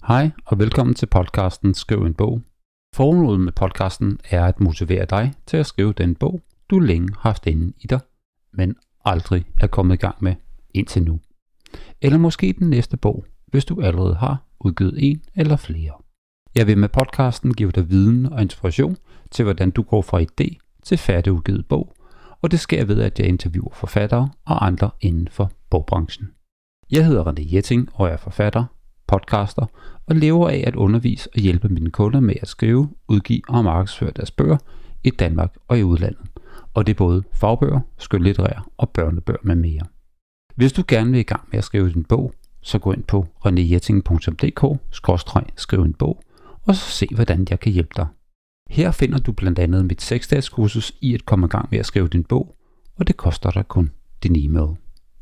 Hej og velkommen til podcasten Skriv en bog. Formålet med podcasten er at motivere dig til at skrive den bog, du længe har haft inde i dig, men aldrig er kommet i gang med indtil nu. Eller måske den næste bog, hvis du allerede har udgivet en eller flere. Jeg vil med podcasten give dig viden og inspiration til, hvordan du går fra idé til færdigudgivet bog, og det sker ved, at jeg interviewer forfattere og andre inden for bogbranchen. Jeg hedder René Jetting og er forfatter, podcaster og lever af at undervise og hjælpe mine kunder med at skrive, udgive og markedsføre deres bøger i Danmark og i udlandet. Og det er både fagbøger, skønlitterære og børnebøger med mere. Hvis du gerne vil i gang med at skrive din bog, så gå ind på renejetting.dk/skriv en bog og så se, hvordan jeg kan hjælpe dig. Her finder du blandt andet mit 6-dages kursus i at komme i gang med at skrive din bog, og det koster dig kun din e-mail.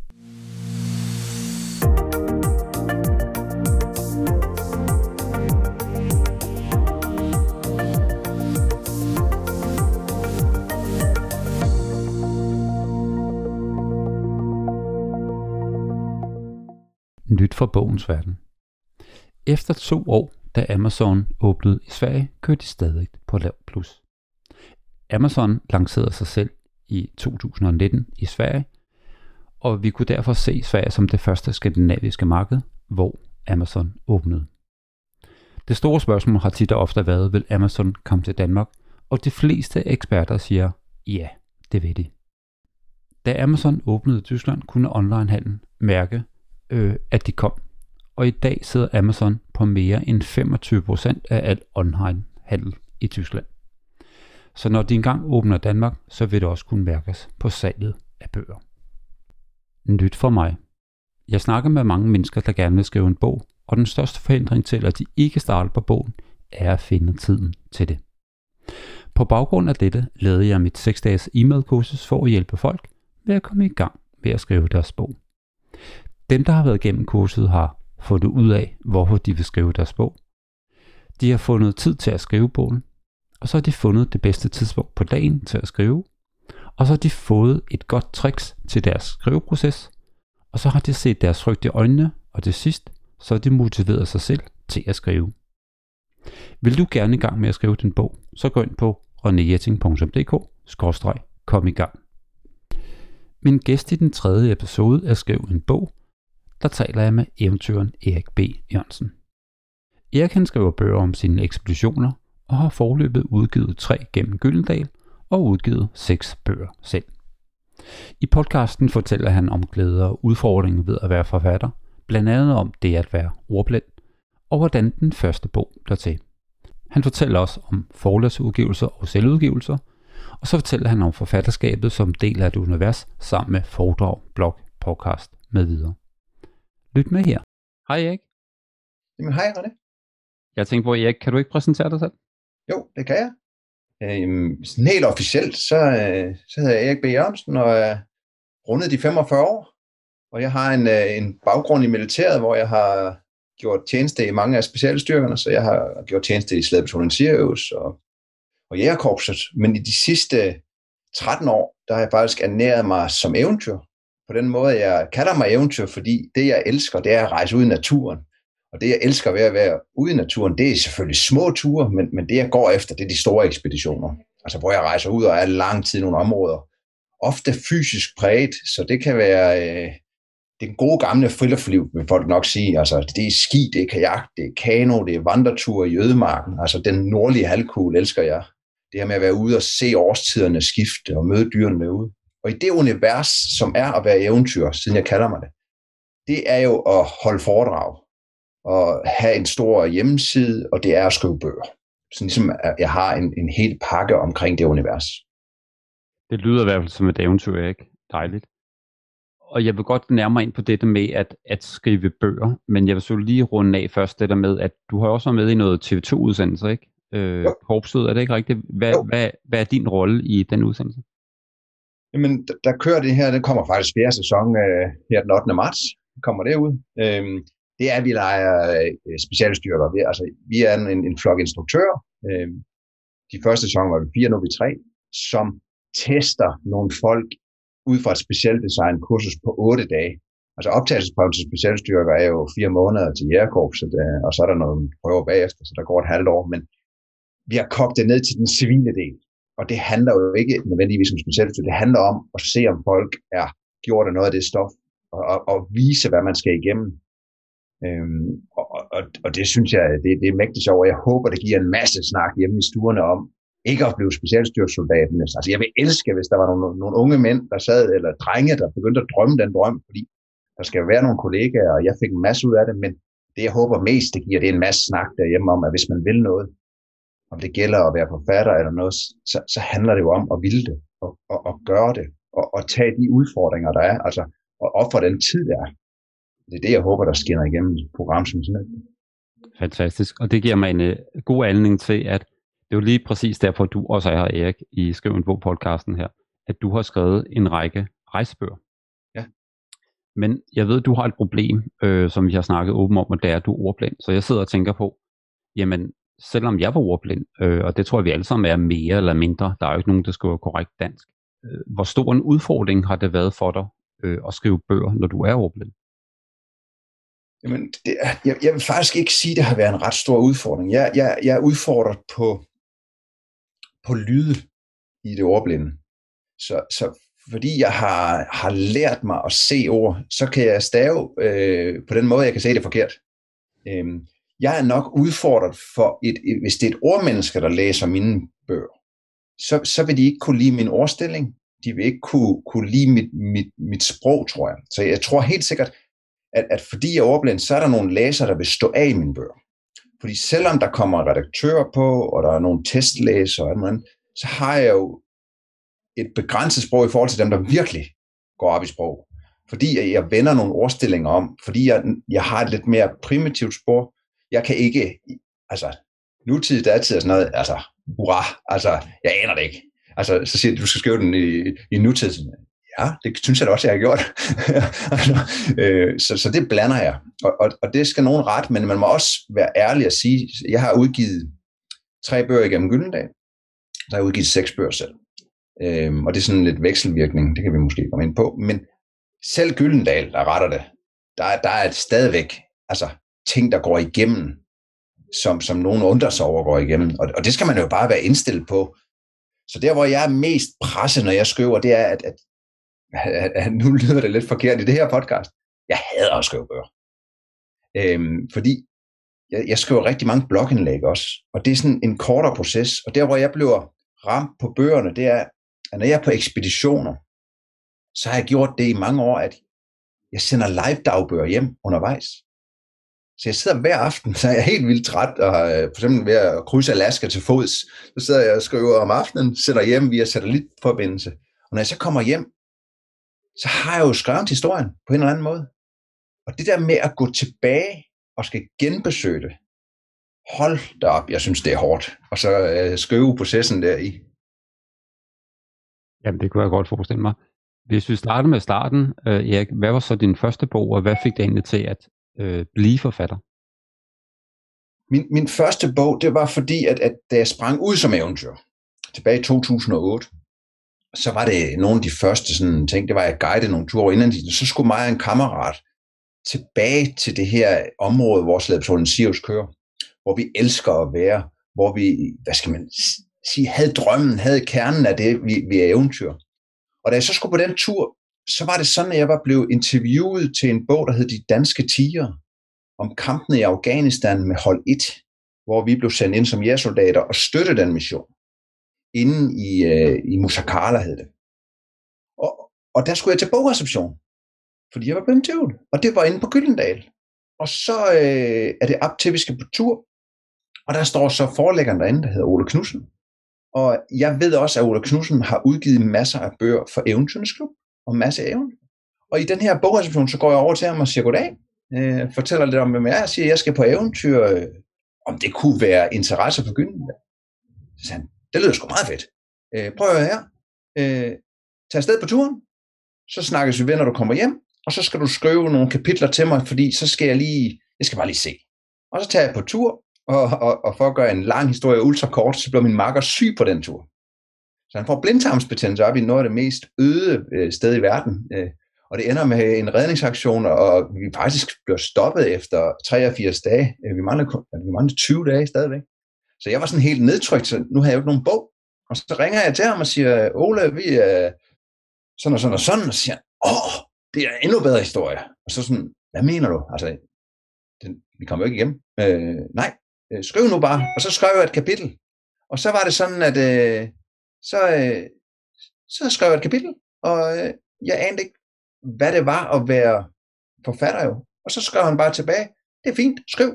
Nyt fra bogens verden. Efter 2 år, da Amazon åbnede i Sverige, kørte de stadig på lav plus. Amazon lancerede sig selv i 2019 i Sverige, og vi kunne derfor se Sverige som det første skandinaviske marked, hvor Amazon åbnede. Det store spørgsmål har tit og ofte været, vil Amazon komme til Danmark, og de fleste eksperter siger, ja, det vil de. Da Amazon åbnede i Tyskland, kunne onlinehandlen mærke, at de kom. Og i dag sidder Amazon på mere end 25% af al onlinehandel i Tyskland. Så når de engang åbner Danmark, så vil det også kunne mærkes på salget af bøger. Nyt for mig. Jeg snakker med mange mennesker, der gerne vil skrive en bog, og den største forhindring til, at de ikke starter på bogen, er at finde tiden til det. På baggrund af dette lavede jeg mit 6-dages e-mailkursus for at hjælpe folk med at komme i gang med at skrive deres bog. Dem, der har været igennem kurset, har fundet ud af, hvorfor de vil skrive deres bog. De har fundet tid til at skrive bogen, og så har de fundet det bedste tidspunkt på dagen til at skrive, og så har de fået et godt tricks til deres skriveproces, og så har de set deres frygt i øjnene, og til sidst, så har de motiveret sig selv til at skrive. Vil du gerne i gang med at skrive din bog, så gå ind på renejetting.dk/kom i gang. Min gæst i den 3. episode af Skriv en bog, der taler jeg med eventyreren Erik B. Jørgensen. Erik han skriver bøger om sine ekspeditioner og har foreløbig udgivet 3 gennem Gyldendal og udgivet 6 bøger selv. I podcasten fortæller han om glæder og udfordringer ved at være forfatter, blandt andet om det at være ordblind, og hvordan den første bog bliver til. Han fortæller også om forlagsudgivelser og selvudgivelser, og så fortæller han om forfatterskabet som del af et univers sammen med foredrag, blog, podcast med videre. Lyt med her. Hej Erik. Jamen hej René. Jeg tænkte på, Erik, kan du ikke præsentere dig selv? Jo, det kan jeg. Sådan helt officielt, så hedder jeg Erik B. Jørgensen og er rundet de 45 år. Og jeg har en baggrund i militæret, hvor jeg har gjort tjeneste i mange af specialstyrkerne, så jeg har gjort tjeneste i Slædbataljon Sirius og Jægerkorpset. Men i de sidste 13 år, der har jeg faktisk ernæret mig som eventyr. På den måde, jeg kalder mig eventyr, fordi det, jeg elsker, det er at rejse ud i naturen. Og det, jeg elsker ved at være ude i naturen, det er selvfølgelig små ture, men det, jeg går efter, det er de store ekspeditioner. Altså, hvor jeg rejser ud og er lang tid i nogle områder. Ofte fysisk præget, så det kan være det gode gamle friluftsliv, vil folk nok sige. Altså, det er ski, det er kajak, det er kano, det er vandreture i ødemarken. Altså, den nordlige halvkugle elsker jeg. Det her med at være ude og se årstiderne skifte og møde dyrene derude. Og i det univers, som er at være eventyr, siden jeg kalder mig det, det er jo at holde foredrag og have en stor hjemmeside, og det er at skrive bøger. Så ligesom jeg har en hel pakke omkring det univers. Det lyder i hvert fald som et eventyr, ikke? Dejligt. Og jeg vil godt nærmere ind på det med at skrive bøger, men jeg vil så lige runde af først det der med, at du har også været med i noget TV2-udsendelse, ikke? Korpset, er det ikke rigtigt? Hvad er din rolle i den udsendelse? Jamen, der kører det her, det kommer faktisk 4. sæson her den 8. marts, kommer det ud. Det er, at vi leger specialstyrker. Vi er en flok instruktører. De første sæsoner var vi 4, nu er vi 3, som tester nogle folk ud fra et specielt design kursus på 8 dage. Altså optagelsesprøven til specialstyrker er jo 4 måneder til jægerkorpset, og så er der nogle prøver bagefter, så der går et halvt år, men vi har kogt det ned til den civile del. Og det handler jo ikke nødvendigvis om specialstyrker, det handler om at se, om folk er gjort af noget af det stof, og vise, hvad man skal igennem. Og det synes jeg, det er mægtigt sjovt, og jeg håber, det giver en masse snak hjemme i stuerne om, ikke at blive specialstyrkesoldaten. Altså jeg vil elske, hvis der var nogle unge mænd, der sad, eller drenge, der begyndte at drømme den drøm, fordi der skal være nogle kollegaer, og jeg fik en masse ud af det, men det jeg håber mest, det giver, det er en masse snak derhjemme om, at hvis man vil noget, om det gælder at være forfatter eller noget, så handler det jo om at ville det, og gøre det, og tage de udfordringer, der er, altså at ofre den tid, der er. Det er det, jeg håber, der skinner igennem et program som sådan et. Fantastisk, og det giver mig en god anledning til, at det er jo lige præcis derfor, du også er her, Erik, i Skriv en bog-podcasten her, at du har skrevet en række rejsebøger. Ja. Men jeg ved, du har et problem, som vi har snakket åbent om, og det er, at du er ordblind. Så jeg sidder og tænker på, jamen, selvom jeg var ordblind, og det tror jeg, vi alle sammen er mere eller mindre, der er jo ikke nogen, der skriver korrekt dansk. Hvor stor en udfordring har det været for dig at skrive bøger, når du er ordblind? Jamen, jeg vil faktisk ikke sige, at det har været en ret stor udfordring. Jeg er udfordret på lyde i det ordblinde. Så fordi jeg har lært mig at se ord, så kan jeg stave på den måde, jeg kan se det forkert. Jeg er nok udfordret for, hvis det er et ordmenneske, der læser mine bøger, så vil de ikke kunne lide min ordstilling. De vil ikke kunne lide mit sprog, tror jeg. Så jeg tror helt sikkert, at fordi jeg er ordblind, så er der nogle læsere, der vil stå af i mine bøger. Fordi selvom der kommer redaktører på, og der er nogle testlæsere og andet, så har jeg jo et begrænset sprog i forhold til dem, der virkelig går op i sprog. Fordi jeg vender nogle ordstillinger om, fordi jeg har et lidt mere primitivt sprog. Jeg kan ikke, altså nutid, datid og sådan noget, altså hurra, altså jeg aner det ikke. Altså så siger du skal skrive den i nutid. Ja, det synes jeg da også, jeg har gjort. Så det blander jeg. Og det skal nogen ret, men man må også være ærlig at sige, jeg har udgivet 3 bøger igennem Gyldendal, så har jeg udgivet 6 bøger selv. Og det er sådan lidt vekselvirkning, det kan vi måske komme ind på. Men selv Gyldendal, der retter det, der er stadigvæk altså, ting, der går igennem, som nogen undrer sig over går igennem. Og det skal man jo bare være indstillet på. Så der, hvor jeg er mest presset, når jeg skriver, det er, at nu lyder det lidt forkert i det her podcast. Jeg hader at skrive bøger. Fordi jeg skriver rigtig mange blogindlæg også, og det er sådan en kortere proces. Og der, hvor jeg bliver ramt på bøgerne, det er, at når jeg er på ekspeditioner, så har jeg gjort det i mange år, at jeg sender live dagbøger hjem undervejs. Så jeg sidder hver aften, så er jeg helt vildt træt, og for eksempel ved at krydse Alaska til fods, så sidder jeg og skriver om aftenen, sender hjem via satellitforbindelse. Og når jeg så kommer hjem, så har jeg jo skrevet historien på en eller anden måde. Og det der med at gå tilbage og skal genbesøge det, hold da op, jeg synes det er hårdt. Og så skrive processen der i. Jamen det kunne jeg godt forestille mig. Hvis vi starter med starten, Erik, hvad var så din første bog, og hvad fik dig egentlig til at blive forfatter? Min første bog, det var fordi, at da jeg sprang ud som eventyr, tilbage i 2008, så var det nogle af de første sådan, ting, det var at guide nogle ture inden, så skulle mig og en kammerat tilbage til det her område, hvor slæbetråden Sirius kører, hvor vi elsker at være, hvor vi, hvad skal man sige, havde drømmen, havde kernen af det, vi er eventyr. Og da jeg så skulle på den tur, så var det sådan, at jeg var blevet interviewet til en bog, der hed De Danske Tigre, om kampene i Afghanistan med hold 1, hvor vi blev sendt ind som jægersoldater og støtte den mission. Inde i Musakala hed det. Og der skulle jeg til bogreception, fordi jeg var blevet interviewet, og det var inde på Gyldendal. Og så er det op til, vi skal på tur, og der står så forlæggeren derinde, der hedder Ole Knudsen. Og jeg ved også, at Ole Knudsen har udgivet masser af bøger for Eventyrernes Klub, og masser af eventyr. Og i den her bogreception, så går jeg over til ham og siger goddag, fortæller lidt om, hvem jeg er, og siger, at jeg skal på eventyr, om det kunne være interesse for Gyldendal. Så sagde han, det lyder sgu meget fedt. Prøv at høre her. Tag afsted på turen, så snakkes vi ved, når du kommer hjem, og så skal du skrive nogle kapitler til mig, fordi så skal jeg skal bare lige se. Og så tager jeg på tur, og for at gøre en lang historie ultra kort, så blev min makker syg på den tur. Så han får blindtarmsbetændelse op i noget af det mest øde sted i verden. og det ender med en redningsaktion, og vi faktisk bliver stoppet efter 83 dage. Vi mangler 20 dage stadigvæk. Så jeg var sådan helt nedtrykt, så nu havde jeg jo ikke nogen bog. Og så ringer jeg til ham og siger, Ole, vi er sådan og sådan og sådan, og siger, det er en endnu bedre historie. Og så sådan, hvad mener du? Altså, vi kommer jo ikke igennem. Nej, skriv nu bare. Og så skrev jeg et kapitel. Og så var det sådan, at så skrev jeg et kapitel, og jeg anede ikke, hvad det var at være forfatter jo. Og så skrev han bare tilbage, det er fint, skriv.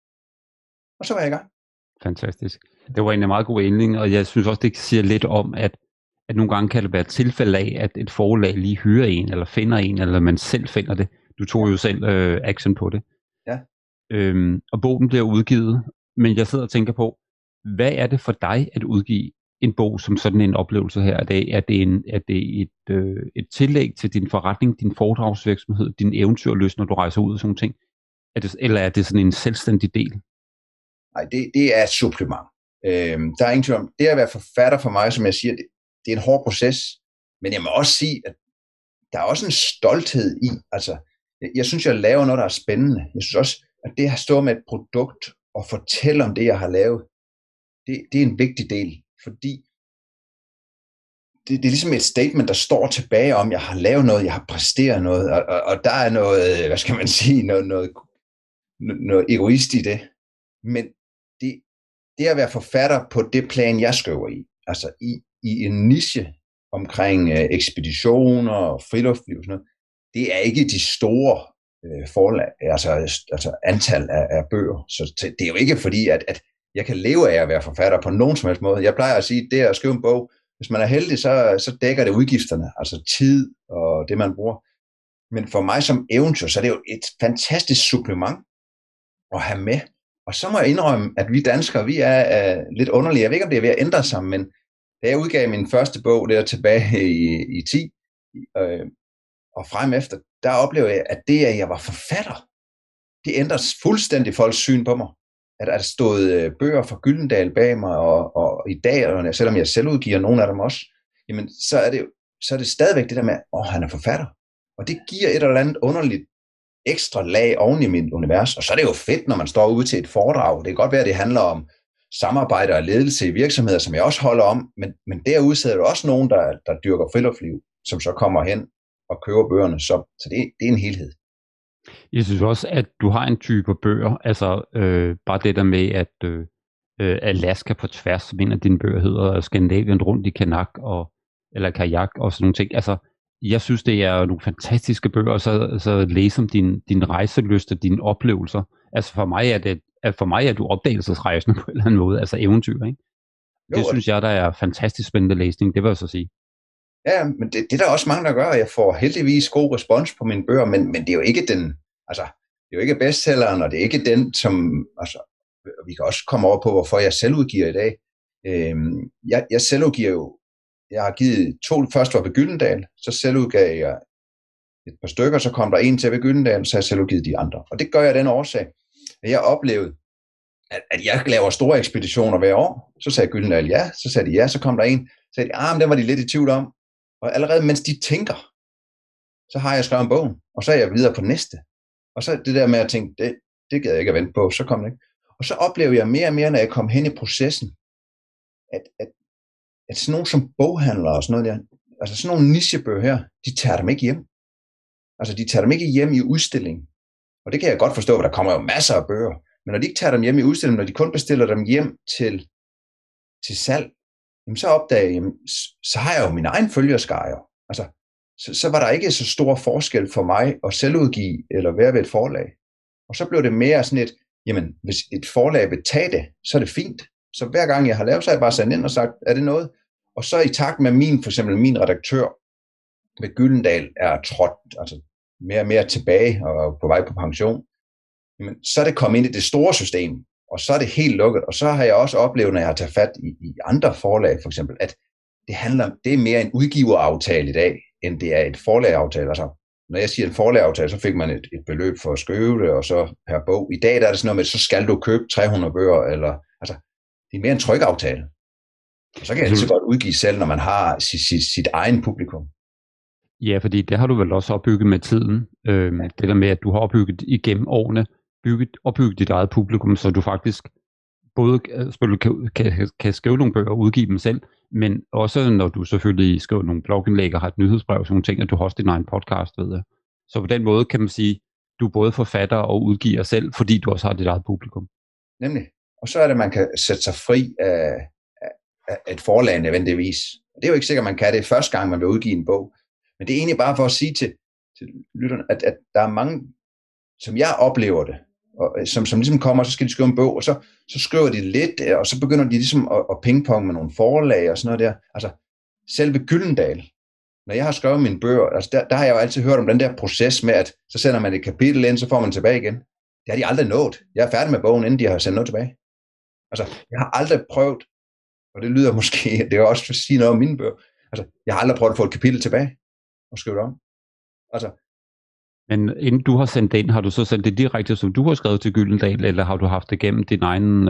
Og så var jeg i gang. Fantastisk. Det var en meget god ending, og jeg synes også, det siger lidt om, at nogle gange kan det være tilfælde af, at et forlag lige hører en, eller finder en, eller man selv finder det. Du tog jo selv action på det. Ja. Og bogen bliver udgivet, men jeg sidder og tænker på, hvad er det for dig at udgive en bog som sådan en oplevelse her? Er det et tillæg til din forretning, din foredragsvirksomhed, din eventyrlyst, når du rejser ud og sådan nogle ting? Eller er det sådan en selvstændig del? Nej, det er et supplement. Der er ingen tvivl om, det at være forfatter for mig, som jeg siger, det er en hård proces, men jeg må også sige, at der er også en stolthed i, altså, jeg synes, jeg laver noget, der er spændende. Jeg synes også, at det at stå med et produkt og fortælle om det, jeg har lavet, det er en vigtig del, fordi det er ligesom et statement, der står tilbage om, jeg har lavet noget, jeg har præsteret noget, og der er noget, hvad skal man sige, noget egoist i det. Men det at være forfatter på det plan, jeg skriver i, altså i en niche omkring ekspeditioner og friluftsliv og sådan noget, det er ikke de store forlag, altså antal af bøger. Så det er jo ikke fordi, at jeg kan leve af at være forfatter på nogen som helst måde. Jeg plejer at sige, det at skrive en bog, hvis man er heldig, så dækker det udgifterne, altså tid og det, man bruger. Men for mig som eventyr, så er det jo et fantastisk supplement at have med. Og så må jeg indrømme, at vi danskere, vi er lidt underlige. Jeg ved ikke, om det er ved at ændre sig, men da jeg udgav min første bog, der tilbage i 10, og frem efter, der oplevede jeg, at det, at jeg var forfatter, det ændrede fuldstændig folks syn på mig. At der stod bøger fra Gyldendal bag mig, og i dag, selvom jeg selv udgiver nogle af dem også, jamen, så er det stadigvæk det der med, han er forfatter. Og det giver et eller andet underligt ekstra lag oven i mit univers. Og så er det jo fedt, når man står ude til et foredrag. Det kan godt være, at det handler om samarbejde og ledelse i virksomheder, som jeg også holder om, men derude sidder der også nogen, der dyrker friluftsliv, som så kommer hen og køber bøgerne. Så det er en helhed. Jeg synes også, at du har en type bøger, altså bare det der med, at Alaska på tværs, som en af dine bøger hedder, Skandinavien rundt i eller kajak og sådan nogle ting. Altså, jeg synes, det er nogle fantastiske bøger, så læse om din rejselyst og dine oplevelser. Altså for mig er du opdagelsesrejsende på en eller anden måde, altså eventyr, ikke? Det synes jeg, der er fantastisk spændende læsning, det vil jeg så sige. Ja, men det er der også mange, der gør, og jeg får heldigvis god respons på mine bøger, men det er jo ikke det er jo ikke bestselleren, og det er ikke den, som, altså, vi kan også komme over på, hvorfor jeg selvudgiver i dag. Jeg selvudgiver jo, jeg har givet 2, først var ved Gyldendal, så selvudgav jeg et par stykker, så kom der en til ved Gyldendal, så har jeg selvudgivet de andre. Og det gør jeg af den årsag, at jeg oplevede, at jeg laver store ekspeditioner hver år. Så sagde Gyldendal ja, så sagde de ja, så kom der en, så sagde de, men den var de lidt i tvivl om. Og allerede mens de tænker, så har jeg skrevet en bog, og så er jeg videre på næste. Og så det der med at tænke, det gad jeg ikke at vente på, så kom det ikke. Og så oplever jeg mere og mere, når jeg kom hen i processen, at sådan nogle som boghandlere og sådan noget der, altså sådan nogle nichebøger her, de tager dem ikke hjem. Altså de tager dem ikke hjem i udstillingen. Og det kan jeg godt forstå, for der kommer jo masser af bøger. Men når de ikke tager dem hjem i udstillingen, når de kun bestiller dem hjem til salg, jamen så opdager jeg, så har jeg jo min egen følgerskare jo. Altså, så var der ikke så stor forskel for mig at selvudgive eller være ved et forlag. Og så blev det mere sådan et, jamen hvis et forlag vil tage det, så er det fint. Så hver gang jeg har lavet, så har jeg bare sendt ind og sagt, er det noget? Og så i takt med for eksempel min redaktør ved Gyldendal er trådt altså mere og mere tilbage og på vej på pension, jamen, så er det kommet ind i det store system, og så er det helt lukket. Og så har jeg også oplevet, når jeg har taget fat i andre forlag for eksempel, at det er mere en udgiveraftale i dag, end det er et forlagaftale. Altså, når jeg siger en forlagaftale, så fik man et beløb for at skrive det, og så per bog. I dag der er det sådan noget med, så skal du købe 300 bøger, eller altså, det er mere en trykaftale. Og så kan jeg altid godt udgive selv, når man har sit egen publikum. Ja, fordi det har du vel også opbygget med tiden. Det der med, at du har opbygget igennem årene, opbygget dit eget publikum, så du faktisk både kan skrive nogle bøger og udgive dem selv, men også når du selvfølgelig skriver nogle blogindlæg og har et nyhedsbrev og sådan nogle ting, at du har også din egen podcast, ved jeg. Så på den måde kan man sige, du er både forfatter og udgiver selv, fordi du også har dit eget publikum. Nemlig. Og så er det, man kan sætte sig fri af et forlag nødvendigvis. Det er jo ikke sikkert, man kan det første gang, man vil udgive en bog. Men det er egentlig bare for at sige til lytterne, at der er mange, som jeg oplever det, og som ligesom kommer, så skal de skrive en bog, og så skriver de lidt, og så begynder de ligesom at pingpong med nogle forlag og sådan noget der. Altså, selve Gyldendal, når jeg har skrevet mine bøger, altså der har jeg jo altid hørt om den der proces med, at så sender man et kapitel ind, så får man tilbage igen. Det har de aldrig nået. Jeg er færdig med bogen, inden de har sendt noget tilbage. Altså, jeg har aldrig prøvet, og det lyder måske, det er også for at sige noget om mine bøger, altså, jeg har aldrig prøvet at få et kapitel tilbage og skrive det om. Altså, men inden du har sendt det ind, har du så sendt det direkte, som du har skrevet til Gyldendal, eller har du haft det gennem din egen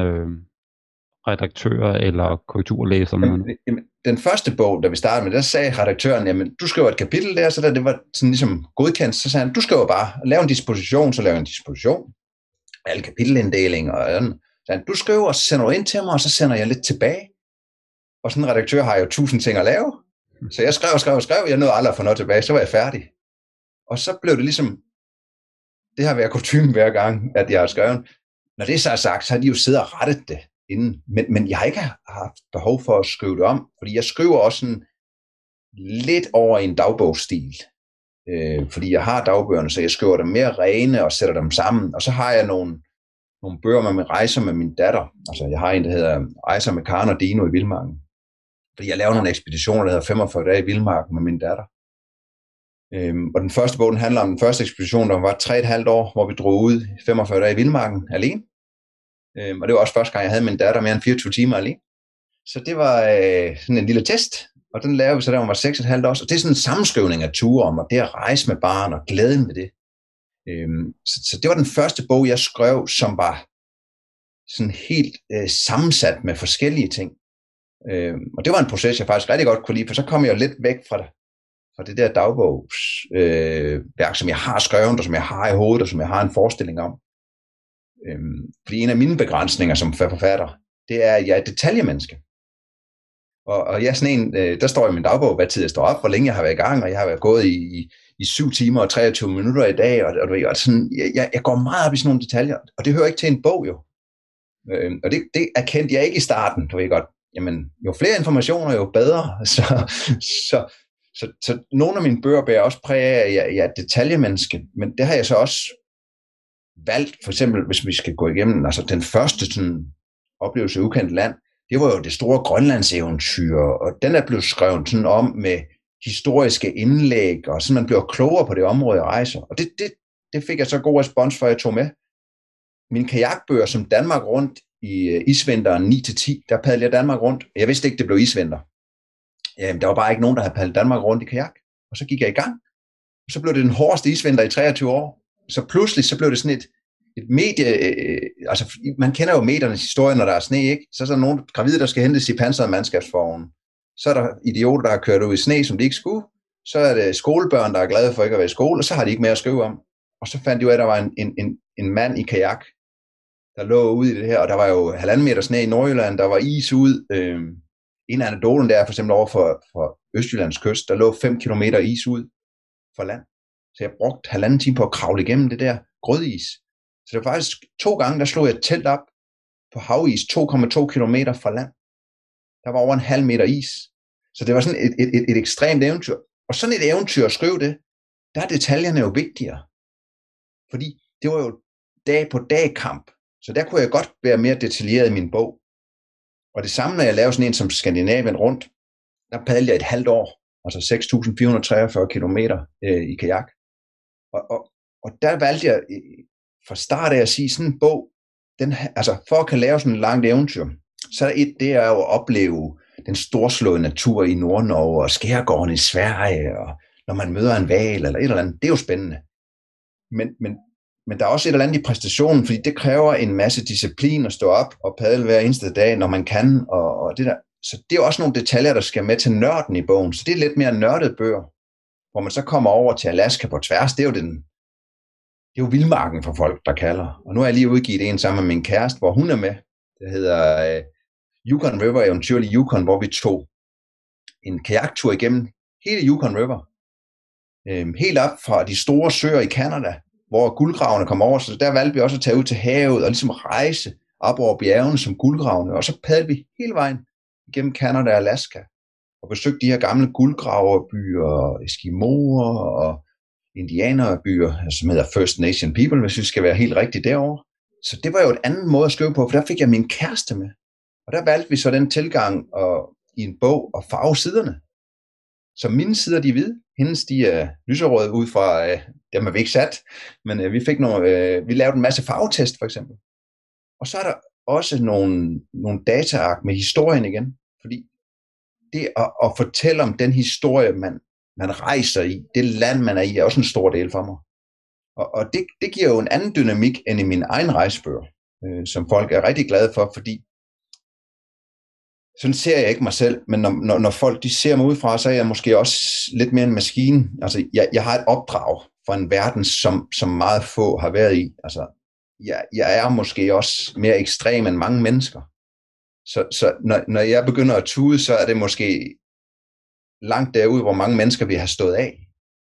redaktør eller korrekturlæser? Jamen, den første bog, da vi startede med, der sagde redaktøren, jamen, du skriver et kapitel der, så da det var sådan ligesom godkendt, så sagde han, du skriver bare, lav en disposition, så lav en disposition, alle kapitelinddelinger og sådan. Så han, du skriver, og så sender du ind til mig, og så sender jeg lidt tilbage. Og sådan en redaktør har jo 1000 ting at lave. Så jeg skrev, jeg nåede aldrig at få noget tilbage, så var jeg færdig. Og så blev det ligesom, det har været kutyme hver gang, at jeg har skrevet. Når det så er sagt, så har de jo siddet og rettet det inden. Men jeg har ikke haft behov for at skrive det om, fordi jeg skriver også sådan lidt over i en dagbogsstil. Fordi jeg har dagbøgerne, så jeg skriver dem mere rene og sætter dem sammen. Og så har jeg nogle bøger med mine rejser med min datter. Altså jeg har en, der hedder Rejser med Karen og Dino i Vildmarken. Fordi jeg laver nogle ekspeditioner, der hedder 45 dage i Vildmarken med min datter. Og den første bog, den handler om den første ekspedition, der var 3,5 år, hvor vi drog ud 45 dage i Vildmarken alene. Og det var også første gang, jeg havde min datter mere end 24 timer alene. Så det var sådan en lille test, og den lavede vi så, da hun var 6,5 år. Og det er sådan en sammenskrivning af ture om, og det at rejse med barn og glæden ved det. Så det var den første bog, jeg skrev, som var sådan helt sammensat med forskellige ting. Og det var en proces, jeg faktisk rigtig godt kunne lide, for så kom jeg jo lidt væk fra det der dagbogsværk, som jeg har skrevet, og som jeg har i hovedet, og som jeg har en forestilling om. Fordi en af mine begrænsninger som forfatter, det er, at jeg er et detaljemenneske. Og jeg er sådan en, der står i min dagbog, hvad tid jeg står op, hvor længe jeg har været i gang, og jeg har været gået i 7 timer og 23 minutter i dag, og sådan, jeg går meget op i sådan nogle detaljer, og det hører ikke til en bog jo. Og det erkendte jeg ikke i starten, du ved godt. Jamen, jo flere informationer, jo bedre. Så nogle af mine bøger bærer også præg af, at jeg er et detaljemenneske, men det har jeg så også valgt, for eksempel hvis vi skal gå igennem, altså den første sådan, oplevelse i ukendt land, det var jo det store Grønlandseventyr, og den er blevet skrevet sådan om med historiske indlæg, og så man bliver klogere på det område, jeg rejser. Og det fik jeg så god respons for, at jeg tog med. Mine kajakbøger som Danmark rundt i isvinteren 9-10, der padlede jeg Danmark rundt. Jeg vidste ikke, det blev isvinter. Der var bare ikke nogen, der havde padlet Danmark rundt i kajak. Og så gik jeg i gang. Og så blev det den hårdeste isvinter i 23 år. Så pludselig så blev det sådan et medie, altså man kender jo mediernes historie, når der er sne, ikke? Så er der nogle gravide, der skal hentes i pansrede mandskabsvognen. Så er der idioter, der har kørt ud i sne, som de ikke skulle. Så er det skolebørn, der er glade for ikke at være i skole, og så har de ikke mere at skrive om. Og så fandt de ud af, at der var en mand i kajak, der lå ude i det her, og der var jo 1,5 meter sne i Nordjylland, der var is ud. En af anekdoten der, for eksempel over for Østjyllands kyst, der lå 5 kilometer is ud for land. Så jeg brugte 1,5 time på at kravle igennem det der grødis. Så det var faktisk 2 gange, der slog jeg et telt op på havis 2,2 kilometer fra land. Der var over 0,5 meter is. Så det var sådan et ekstremt eventyr. Og sådan et eventyr at skrive det, der er detaljerne jo vigtigere. Fordi det var jo dag på dag kamp. Så der kunne jeg godt være mere detaljeret i min bog. Og det samme, når jeg lavede sådan en som Skandinavien rundt, der padlede jeg et halvt år, altså 6.443 kilometer i kajak. Og der valgte jeg fra start af at sige, sådan en bog, altså for at kan lave sådan en langt eventyr, så er det er jo at opleve den storslåede natur i Nordnorge og skærgården i Sverige, og når man møder en hval eller et eller andet, det er jo spændende. Men der er også et eller andet i præstationen, fordi det kræver en masse disciplin at stå op og padle hver eneste dag, når man kan, og det der. Så det er også nogle detaljer, der skal med til nørden i bogen, så det er lidt mere nørdede bøger. hvor man så kommer over til Alaska på tværs, det er jo vildmarken for folk, der kalder. Og nu har jeg lige udgivet en sammen med min kæreste, hvor hun er med. Det hedder Yukon River, eventyrlig Yukon, hvor vi tog en kajaktur igennem hele Yukon River. Helt op fra de store søer i Canada, hvor guldgravene kom over. Så der valgte vi også at tage ud til havet og ligesom rejse op over bjergene som guldgravene. Og så padlede vi hele vejen igennem Canada og Alaska og besøgte de her gamle guldgraverbyer, eskimoer og indianerbyer, som hedder First Nation People, hvis vi skal være helt rigtigt derovre. Så det var jo et andet måde at skrive på, for der fik jeg min kæreste med. Og der valgte vi så den tilgang i en bog at farve siderne. Så mine sider, de er hvide, hendes, de er lyserøde ud fra, dem har vi ikke sat, men vi lavede en masse farvetest for eksempel. Og så er der også nogle dataark med historien igen, fordi det at fortælle om den historie, man rejser i, det land, man er i, er også en stor del for mig. Og det giver jo en anden dynamik end i min egen rejsebøger, som folk er rigtig glade for, fordi sådan ser jeg ikke mig selv, men når folk de ser mig udefra, så er jeg måske også lidt mere en maskine. Altså, jeg har et opdrag for en verden, som meget få har været i. Altså, jeg er måske også mere ekstrem end mange mennesker. Så når jeg begynder at tude, så er det måske langt derude, hvor mange mennesker vi har stået af.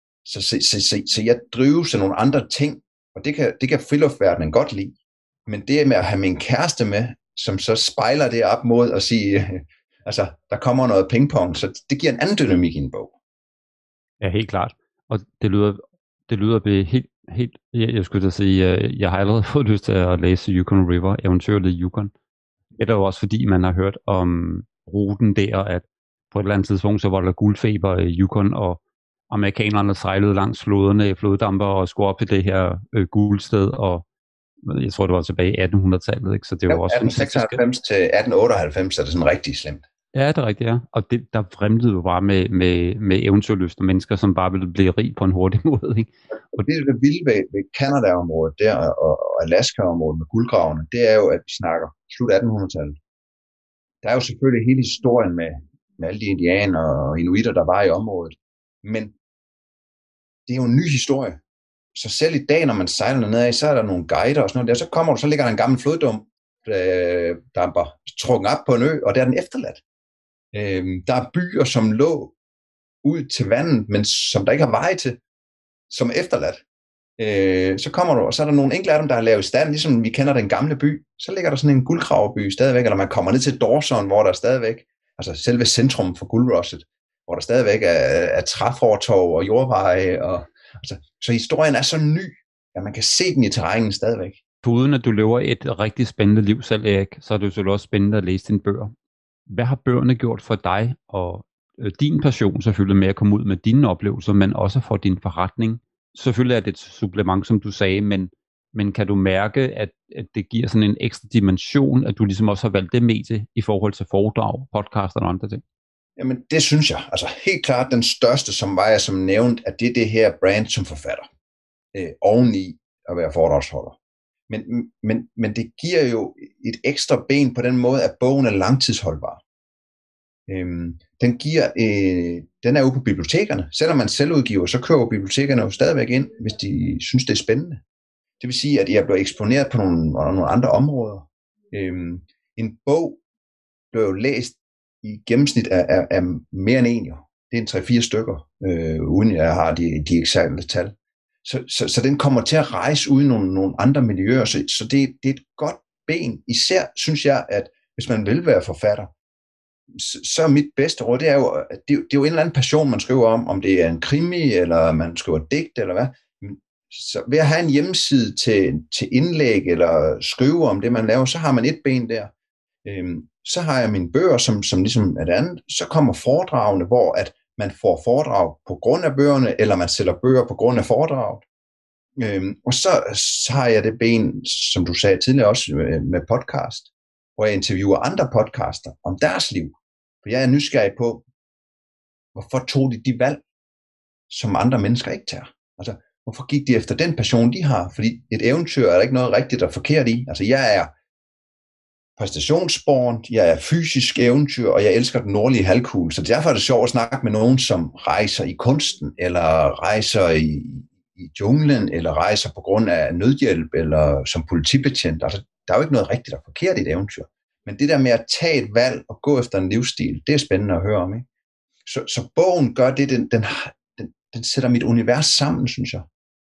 Så jeg drives af nogle andre ting, og det kan friluftverdenen godt lide. Men det med at have min kæreste med, som så spejler det op mod at sige, altså, der kommer noget pingpong, så det giver en anden dynamik i en bog. Ja, helt klart. Og det lyder helt, jeg skulle da sige, jeg har allerede fået lyst til at læse Yukon River, eventyrlig Yukon. Det er jo også fordi, man har hørt om ruten der, at på et eller andet tidspunkt, så var der guldfeber i Yukon, og amerikanerne sejlede langs floderne i floddamper og skulle op til det her guldsted, og jeg tror, det var tilbage i 1800-tallet, ikke? Så det var også 1896 til 1898 er det sådan rigtig slemt. Ja, det er rigtigt, ja. Og der vrimlede jo bare med eventyrlyst og mennesker, som bare ville blive rig på en hurtig måde, ikke? Og det vilde ved Canada-området der og Alaska-området med guldgravene, det er jo, at vi snakker slut 1800-tallet. Der er jo selvfølgelig hele historien med alle de indianer og inuitter, der var i området. Men det er jo en ny historie. Så selv i dag, når man sejler nedad, så er der nogle guider og sådan noget der, så ligger der en gammel floddum, der er trukket op på en ø, og der er den efterladt. Der er byer, som lå ud til vandet, men som der ikke har vej til, som er efterladt. Så kommer du, og så er der nogle enkelte af dem, der har lavet stand, ligesom vi kender den gamle by, så ligger der sådan en guldgraveby stadigvæk, eller man kommer ned til Dawson, hvor der er stadigvæk, altså selve centrum for guldrushet, hvor der stadigvæk er træfortov og jordveje, og altså, så historien er så ny, at man kan se den i terrænen stadigvæk. Uden at du lever et rigtig spændende liv selv, Erik, så er det jo selvfølgelig også spændende at læse dine bøger. Hvad har bøgerne gjort for dig, og din passion selvfølgelig med at komme ud med dine oplevelser, men også for din forretning? Selvfølgelig er det et supplement, som du sagde, men kan du mærke, at det giver sådan en ekstra dimension, at du ligesom også har valgt det medie i forhold til foredrag, podcast og andre ting? Jamen, det synes jeg. Altså helt klart den største, som var jeg som nævnt, at det er det her brand som forfatter. Oveni at være foredragsholder. Men det giver jo et ekstra ben på den måde, at bogen er langtidsholdbar. Den er jo på bibliotekerne. Selvom man selv udgiver, så kører bibliotekerne jo stadigvæk ind, hvis de synes, det er spændende. Det vil sige, at jeg bliver eksponeret på nogle andre områder. En bog bliver jo læst i gennemsnit af mere end en jo. Det er en 3-4 stykker, uden jeg har de eksakte tal. Så den kommer til at rejse ud i nogle andre miljøer, så det er et godt ben. Især synes jeg, at hvis man vil være forfatter, så er mit bedste råd, det er jo en eller anden passion, man skriver om det er en krimi, eller man skriver digt, eller hvad. Så ved at have en hjemmeside til indlæg, eller skrive om det, man laver, så har man et ben der. Så har jeg mine bøger, som ligesom er det andet. Så kommer foredragene, hvor at man får foredrag på grund af bøgerne, eller man sælger bøger på grund af foredraget. Og så har jeg det ben, som du sagde tidligere også, med podcast, hvor jeg interviewer andre podcaster om deres liv. For jeg er nysgerrig på, hvorfor tog de valg, som andre mennesker ikke tager. Altså, hvorfor gik de efter den passion, de har? Fordi et eventyr er der ikke noget rigtigt og forkert i. Altså, jeg er præstationsborn, jeg er fysisk eventyr, og jeg elsker den nordlige halvkugle. Så derfor er det sjovt at snakke med nogen, som rejser i kunsten, eller rejser i junglen, eller rejser på grund af nødhjælp, eller som politibetjent. Altså, der er jo ikke noget rigtigt og forkert i et eventyr. Men det der med at tage et valg og gå efter en livsstil, det er spændende at høre om. Ikke? Så bogen gør det, den sætter mit univers sammen, synes jeg.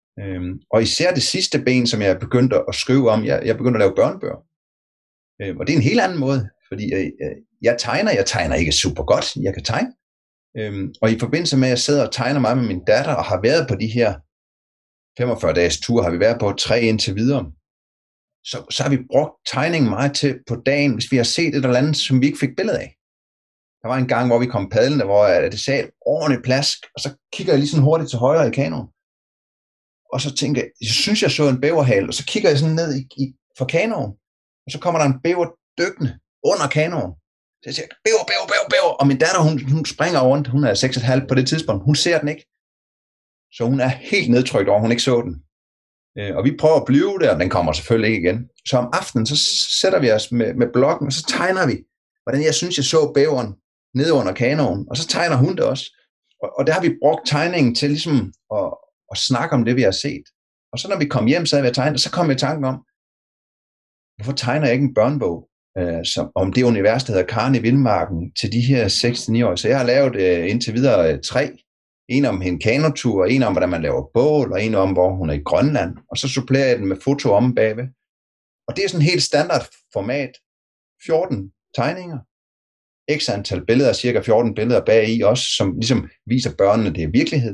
Og især det sidste ben, som jeg begyndte at skrive om, jeg begyndte at lave børnebøger. Og det er en helt anden måde, fordi jeg tegner ikke super godt, jeg kan tegne. Og i forbindelse med, at jeg sidder og tegner meget med min datter, og har været på de her 45-dages tur, har vi været på 3 indtil videre, så har vi brugt tegningen meget til på dagen, hvis vi har set et eller andet, som vi ikke fik billede af. Der var en gang, hvor vi kom padlende, hvor det sagde et ordentligt plask, og så kigger jeg lige sådan hurtigt til højre i kanoen. Og så tænker jeg synes, jeg så en bæverhale, og så kigger jeg sådan ned for kanoen, og så kommer der en bæver dykkende under kanoen. Så jeg siger, bæver, og min datter, hun springer rundt, hun er 6,5 på det tidspunkt, hun ser den ikke. Så hun er helt nedtrykt over, hun ikke så den. Og vi prøver at blive der, og den kommer selvfølgelig ikke igen. Så om aftenen, så sætter vi os med blokken, og så tegner vi, hvordan jeg synes, jeg så bæveren nede under kanoen, og så tegner hun det også. Og der har vi brugt tegningen til ligesom at snakke om det, vi har set. Og så når vi kom hjem, så havde vi tegnet, og så kom jeg i tanken om, hvorfor tegner jeg ikke en børnebog om det univers, der hedder Karen i Vildmarken, til de her 6-9 år. Så jeg har lavet indtil videre 3. En om en kanotur, en om, hvordan man laver bål, og en om, hvor hun er i Grønland. Og så supplerer jeg den med foto om bagved. Og det er sådan en helt standard format. 14 tegninger. X antal billeder, cirka 14 billeder bag i også, som ligesom viser børnene, det er virkelighed.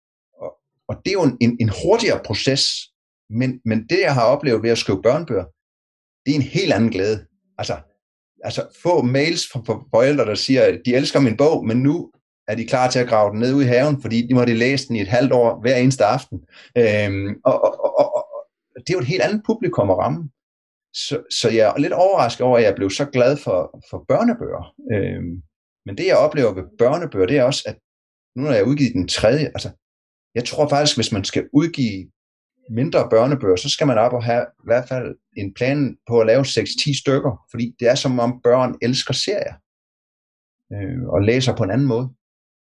Og det er jo en hurtigere proces. Men det, jeg har oplevet ved at skrive børnebøger, det er en helt anden glæde. Altså få mails fra forældre, der siger, at de elsker min bog, men nu er de klar til at grave den ned ude i haven, fordi de måtte læse den i et halvt år hver eneste aften. Og det er jo et helt andet publikum at ramme. Så jeg er lidt overrasket over, at jeg blev så glad for børnebøger. Men det, jeg oplever ved børnebøger, det er også, at nu når jeg har udgivet den 3. Jeg tror faktisk, hvis man skal udgive mindre børnebøger, så skal man op og have i hvert fald en plan på at lave 6-10 stykker, fordi det er som om børn elsker serier og læser på en anden måde.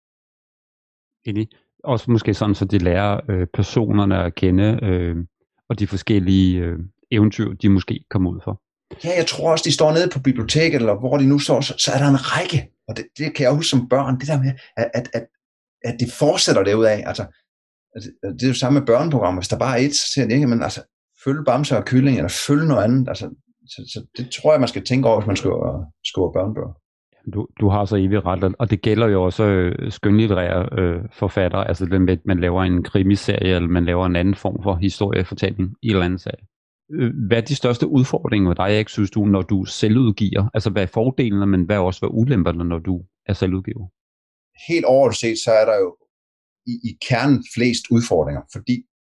Også måske sådan, så de lærer personerne at kende, og de forskellige eventyr, de måske kommer ud for. Ja, jeg tror også, de står nede på biblioteket, eller hvor de nu står, så er der en række, og det kan jeg huske som børn, det der med, at det fortsætter derudad. Altså, det er jo samme med børneprogrammer. Hvis der bare er et, så siger det ikke, men altså, følge bamser og kylling, eller følge noget andet. Altså, så det tror jeg, man skal tænke over, hvis man skriver børnebøger. Du har så evigt ret, og det gælder jo også skønlitterære forfattere, altså det med, at man laver en krimiserie, eller man laver en anden form for historiefortælling i en eller anden serie. Hvad er de største udfordringer ved dig, ikke synes du, når du selvudgiver? Altså hvad er fordelene, men hvad er også ulemperne, når du er selvudgiver? Helt overordnet set, så er der jo i kernen flest udfordringer, fordi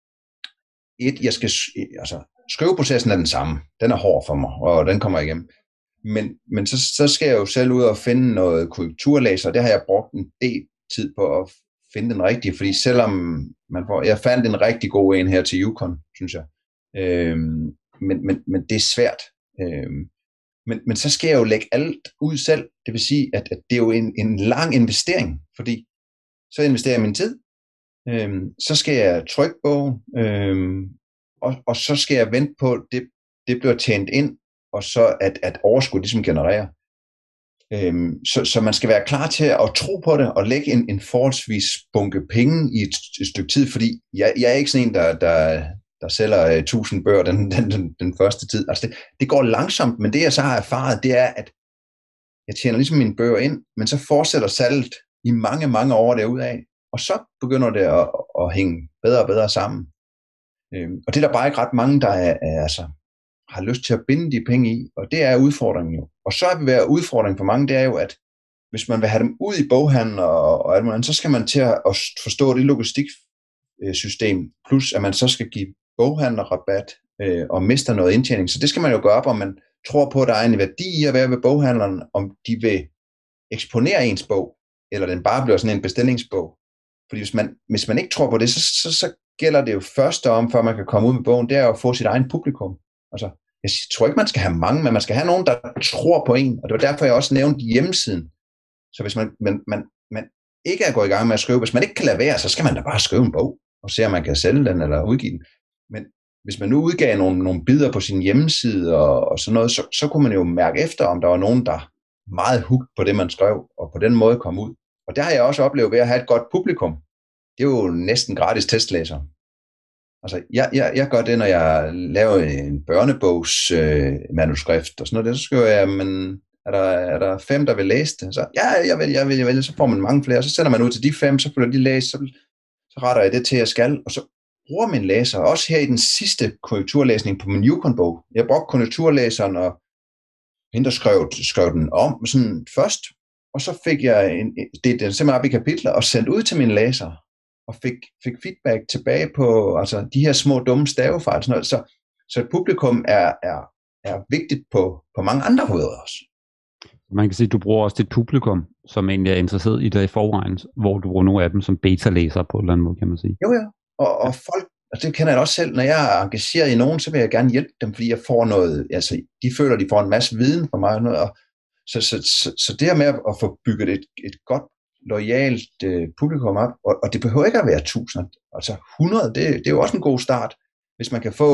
skriveprocessen er den samme. Den er hård for mig, og den kommer igennem. Men så skal jeg jo selv ud og finde noget korrekturlæser, og det har jeg brugt en del tid på at finde den rigtige, fordi selvom jeg fandt en rigtig god en her til Yukon, synes jeg. Men det er svært. Men så skal jeg jo lægge alt ud selv. Det vil sige, at det er jo en lang investering, fordi så investerer jeg min tid, så skal jeg trykke bogen, og så skal jeg vente på, at det bliver tjent ind, og så at overskud ligesom genererer. Så man skal være klar til at tro på det, og lægge en forholdsvis bunke penge i et stykke tid, fordi jeg er ikke sådan en, der sælger 1000 bøger den første tid. Altså det går langsomt, men det jeg så har erfaret, det er, at jeg tjener ligesom mine bøger ind, men så fortsætter salget i mange, mange år derudaf, og så begynder det at hænge bedre og bedre sammen. Og det er der bare ikke ret mange, der har lyst til at binde de penge i, og det er udfordringen jo. Og så vil være udfordringen for mange, det er jo, at hvis man vil have dem ud i boghandlen og alt muligt, så skal man til at forstå det logistiksystem, plus at man så skal give boghandlerrabat og mister noget indtjening. Så det skal man jo gøre op, om man tror på, at der er en værdi i at være ved boghandleren, om de vil eksponere ens bog, eller den bare bliver sådan en bestillingsbog. Fordi hvis man ikke tror på det, så gælder det jo første om, før man kan komme ud med bogen, det er jo at få sit egen publikum. Altså, jeg tror ikke, man skal have mange, men man skal have nogen, der tror på en, og det var derfor, jeg også nævnte hjemmesiden. Så hvis man ikke er gået i gang med at skrive, hvis man ikke kan lade være, så skal man da bare skrive en bog, og se, om man kan sælge den eller udgive den. Men hvis man nu udgav nogle bidder på sin hjemmeside og sådan noget, så kunne man jo mærke efter, om der var nogen, der meget hooked på det, man skrev, og på den måde kom ud. Og der har jeg også oplevet ved at have et godt publikum. Det er jo næsten gratis testlæser. Altså, jeg gør det, når jeg laver en børnebogs manuskript og sådan noget, så skriver jeg, men er der 5, der vil læse det? Så jeg vil, så får man mange flere, så sender man ud til de 5, så får de læst, så retter jeg det til, jeg skal, og så bruger min læser, også her i den sidste korrekturlæsning på min Yukon-bog. Jeg brugte korrekturlæseren, og hende skrev den om sådan først, og så fik jeg det simpelthen op i kapitler, og sendt ud til mine læsere, og fik feedback tilbage på altså, de her små dumme stavefejl. Sådan noget. Så et publikum er vigtigt på mange andre måder også. Man kan sige, at du bruger også dit publikum, som egentlig er interesseret i det i forvejen, hvor du bruger nogle af dem som beta-læsere på en eller anden måde, kan man sige. Jo. Og folk, og det kender jeg også selv, når jeg er engageret i nogen, så vil jeg gerne hjælpe dem, fordi jeg får noget, altså de føler, de får en masse viden fra mig. Og så det her med at få bygget et godt, loyalt publikum op, og det behøver ikke at være 1000, altså 100, det er jo også en god start, hvis man kan få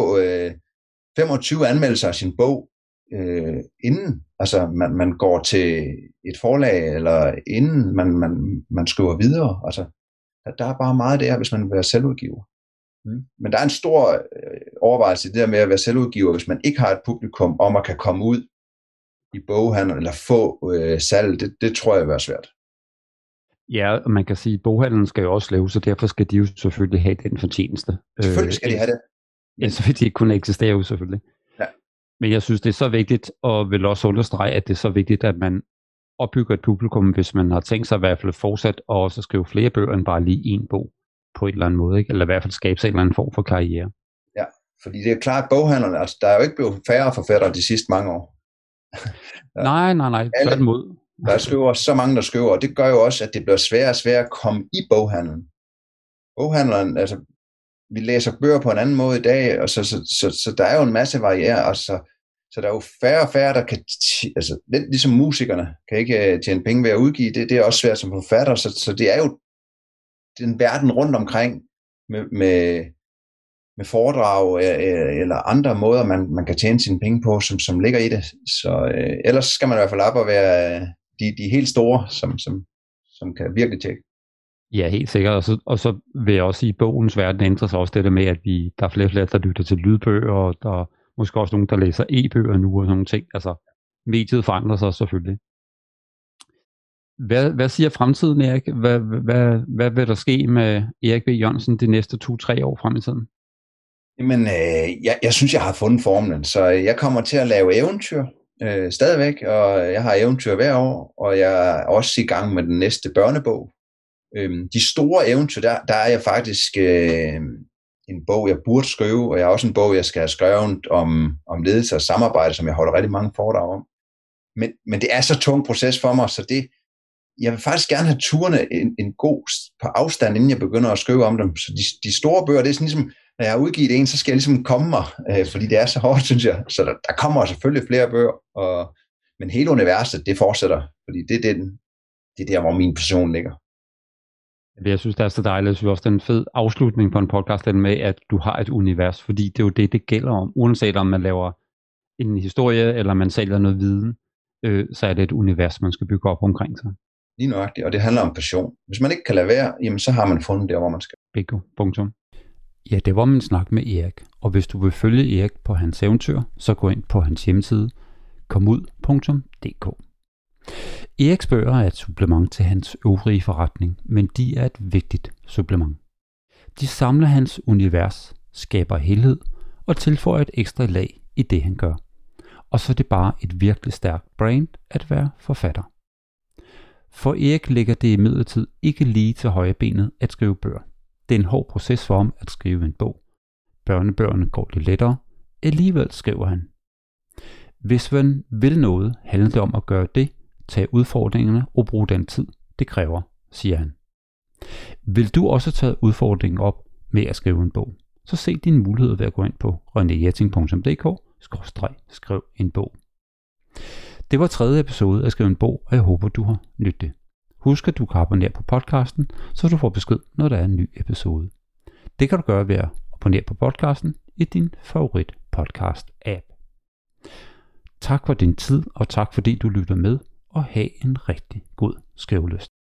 25 anmeldelser af sin bog, inden altså man går til et forlag, eller inden man skriver videre. Altså, der er bare meget der, hvis man vil være selvudgiver. Men der er en stor overvejelse i det der med at være selvudgiver, hvis man ikke har et publikum om at kan komme ud i boghandlen eller få salg. Det tror jeg vil være svært. Ja, og man kan sige, at boghandlen skal jo også leve, så derfor skal de jo selvfølgelig have den fortjeneste. Selvfølgelig skal de have det. Ellers vil de ikke kunne eksistere jo selvfølgelig. Ja. Men jeg synes, det er så vigtigt, og vil også understrege, at det er så vigtigt, at man opbygger et publikum, hvis man har tænkt sig i hvert fald fortsat, og også skrive flere bøger end bare lige en bog på en eller anden måde, ikke? Eller i hvert fald skabe sig en eller anden form for karriere. Ja, fordi det er klart, at boghandlerne, altså, der er jo ikke blevet færre forfattere de sidste mange år. Nej, tværtimod. Der skriver så mange, der skriver, og det gør jo også, at det bliver sværere og sværere at komme i boghandlen. Boghandleren, altså, vi læser bøger på en anden måde i dag, og så der er jo en masse variere, og så der er jo færre og færre, der kan, altså lidt ligesom musikerne, kan ikke tjene penge ved at udgive, det er også svært som forfatter, så det er jo den verden rundt omkring med foredrag eller andre måder, man kan tjene sine penge på, som ligger i det. Så ellers skal man i hvert fald op og være de helt store, som kan virkelig tjekke. Ja, helt sikkert. Og så vil jeg også sige, at bogens verden ændrer sig også det der med, at der er flere, der lytter til lydbøger, og der er måske også nogen, der læser e-bøger nu og sådan nogle ting. Altså, mediet forandrer sig selvfølgelig. Hvad siger fremtiden, Erik? Hvad vil der ske med Erik B. Jørgensen de næste 2-3 år frem i tiden? Jamen, jeg synes, jeg har fundet formlen, så jeg kommer til at lave eventyr stadigvæk, og jeg har eventyr hver år, og jeg er også i gang med den næste børnebog. De store eventyr, der er jeg faktisk en bog, jeg burde skrive, og jeg har også en bog, jeg skal have skrevet om ledelse og samarbejde, som jeg holder rigtig mange foredrag om. Men det er så tung proces for mig, så jeg vil faktisk gerne have turene en god på afstand, inden jeg begynder at skrive om dem. Så de store bøger, det er sådan ligesom, når jeg har udgivet en, så skal jeg ligesom komme mig, fordi det er så hårdt, synes jeg. Så der kommer selvfølgelig flere bøger, men hele universet, det fortsætter, fordi det er der, hvor min passion ligger. Jeg synes, det er så dejligt. Jeg synes også, det er en fed afslutning på en podcast, den med, at du har et univers, fordi det er jo det gælder om. Uanset om man laver en historie, eller man sælger noget viden, så er det et univers, man skal bygge op omkring sig. Lige nøjagtigt, og det handler om passion. Hvis man ikke kan lade være, jamen så har man fundet der, hvor man skal. Bingo. Punktum. Ja, det var min snak med Erik, og hvis du vil følge Erik på hans eventyr, så gå ind på hans hjemmeside, komud.dk. Eriks bøger er et supplement til hans øvrige forretning, men de er et vigtigt supplement. De samler hans univers, skaber helhed og tilføjer et ekstra lag i det, han gør. Og så er det bare et virkelig stærkt brand at være forfatter. For Erik ligger det imidlertid ikke lige til højre benet at skrive bøger. Det er en hård proces for ham at skrive en bog. Børnebøgerne går lidt lettere, alligevel skriver han. Hvis man vil noget, handler det om at gøre det, tage udfordringerne og bruge den tid, det kræver, siger han. Vil du også tage udfordringen op med at skrive en bog, så se dine muligheder ved at gå ind på renéjetting.dk skriv en bog. Det var 3. episode af Skriv en bog, og jeg håber, du har nydt det. Husk, at du kan abonnere på podcasten, så du får besked, når der er en ny episode. Det kan du gøre ved at abonnere på podcasten i din favorit podcast-app. Tak for din tid, og tak fordi du lytter med, og have en rigtig god skrivelyst.